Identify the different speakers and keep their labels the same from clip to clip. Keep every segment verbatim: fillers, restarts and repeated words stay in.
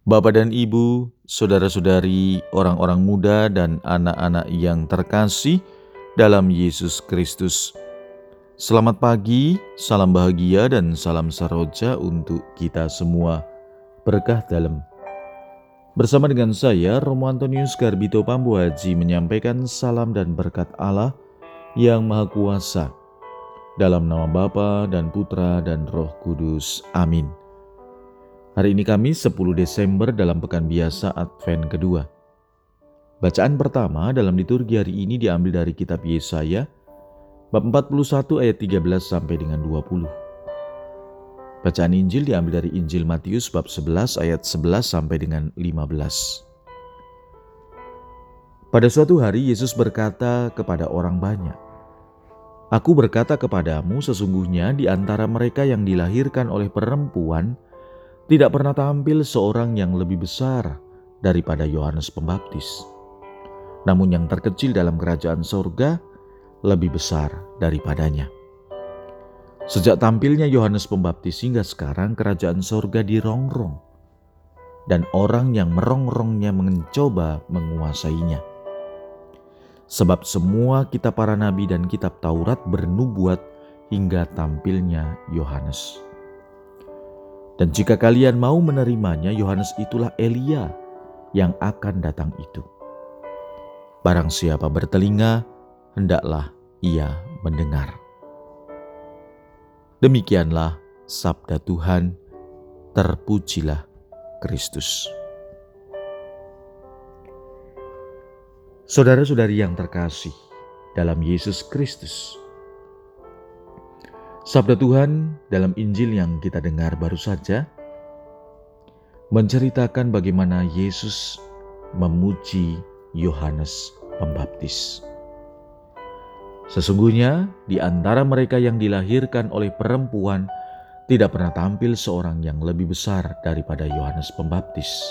Speaker 1: Bapak dan Ibu, saudara-saudari, orang-orang muda dan anak-anak yang terkasih dalam Yesus Kristus. Selamat pagi, salam bahagia dan salam saroja untuk kita semua. Berkah dalam. Bersama dengan saya, Romo Antonius Garbito Pambuaji menyampaikan salam dan berkat Allah yang Maha Kuasa. Dalam nama Bapa dan Putra dan Roh Kudus. Amin. Hari ini Kamis sepuluh Desember dalam pekan biasa Advent kedua. Bacaan pertama dalam liturgi hari ini diambil dari kitab Yesaya bab empat puluh satu ayat tiga belas sampai dengan dua puluh. Bacaan Injil diambil dari Injil Matius bab sebelas ayat sebelas sampai dengan lima belas. Pada suatu hari Yesus berkata kepada orang banyak, "Aku berkata kepadamu, sesungguhnya di antara mereka yang dilahirkan oleh perempuan tidak pernah tampil seorang yang lebih besar daripada Yohanes Pembaptis. Namun yang terkecil dalam kerajaan sorga lebih besar daripadanya. Sejak tampilnya Yohanes Pembaptis hingga sekarang kerajaan sorga dirongrong, dan orang yang merongrongnya mencoba menguasainya. Sebab semua kitab para nabi dan kitab Taurat bernubuat hingga tampilnya Yohanes. Dan jika kalian mau menerimanya, Yohanes itulah Elia yang akan datang itu. Barang siapa bertelinga, hendaklah ia mendengar." Demikianlah sabda Tuhan, terpujilah Kristus. Saudara-saudari yang terkasih dalam Yesus Kristus, sabda Tuhan dalam Injil yang kita dengar baru saja menceritakan bagaimana Yesus memuji Yohanes Pembaptis. Sesungguhnya di antara mereka yang dilahirkan oleh perempuan tidak pernah tampil seorang yang lebih besar daripada Yohanes Pembaptis.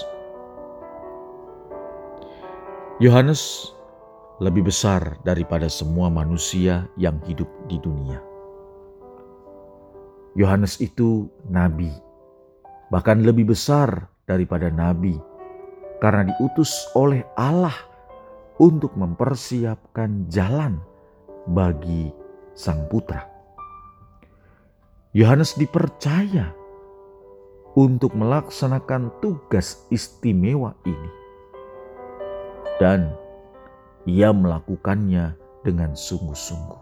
Speaker 1: Yohanes lebih besar daripada semua manusia yang hidup di dunia. Yohanes itu nabi, bahkan lebih besar daripada nabi, karena diutus oleh Allah untuk mempersiapkan jalan bagi Sang Putra. Yohanes dipercaya untuk melaksanakan tugas istimewa ini, dan ia melakukannya dengan sungguh-sungguh.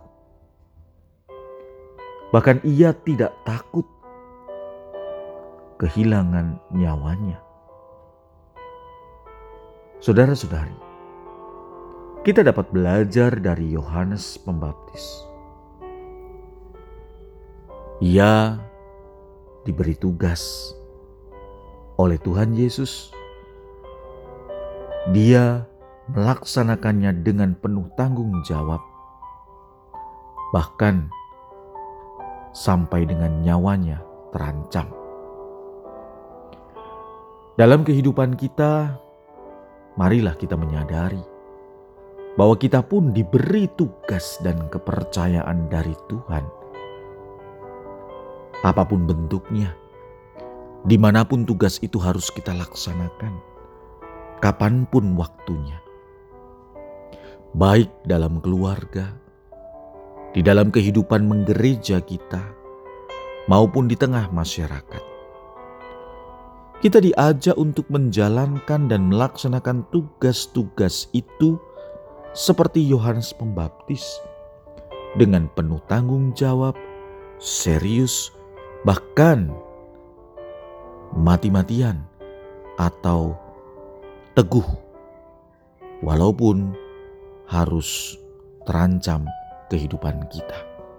Speaker 1: Bahkan ia tidak takut kehilangan nyawanya. Saudara-saudari, kita dapat belajar dari Yohanes Pembaptis. Ia diberi tugas oleh Tuhan Yesus. Dia melaksanakannya dengan penuh tanggung jawab, bahkan sampai dengan nyawanya terancam. Dalam kehidupan kita, marilah kita menyadari bahwa kita pun diberi tugas dan kepercayaan dari Tuhan. Apapun bentuknya, dimanapun tugas itu harus kita laksanakan, kapanpun waktunya. Baik dalam keluarga, di dalam kehidupan menggereja kita, maupun di tengah masyarakat. Kita diajak untuk menjalankan dan melaksanakan tugas-tugas itu seperti Yohanes Pembaptis, dengan penuh tanggung jawab, serius, bahkan mati-matian atau teguh, walaupun harus terancam kehidupan kita.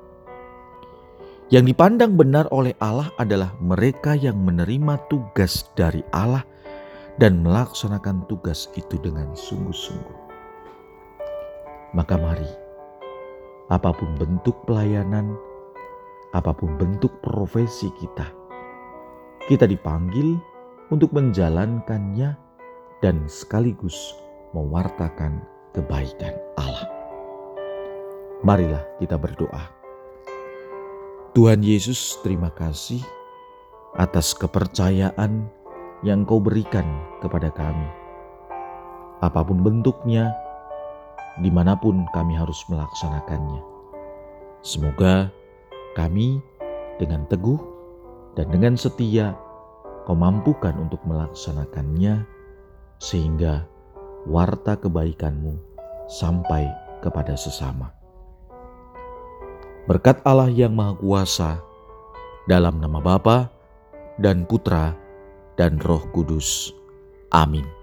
Speaker 1: Yang dipandang benar oleh Allah adalah mereka yang menerima tugas dari Allah dan melaksanakan tugas itu dengan sungguh-sungguh. Maka mari, apapun bentuk pelayanan, apapun bentuk profesi kita, kita dipanggil untuk menjalankannya dan sekaligus mewartakan kebaikan Allah. Marilah kita berdoa. Tuhan Yesus, terima kasih atas kepercayaan yang Engkau berikan kepada kami. Apapun bentuknya, dimanapun kami harus melaksanakannya. Semoga kami dengan teguh dan dengan setia Kau mampukan untuk melaksanakannya, sehingga warta kebaikan-Mu sampai kepada sesama. Berkat Allah yang Maha Kuasa, dalam nama Bapa dan Putra dan Roh Kudus. Amin.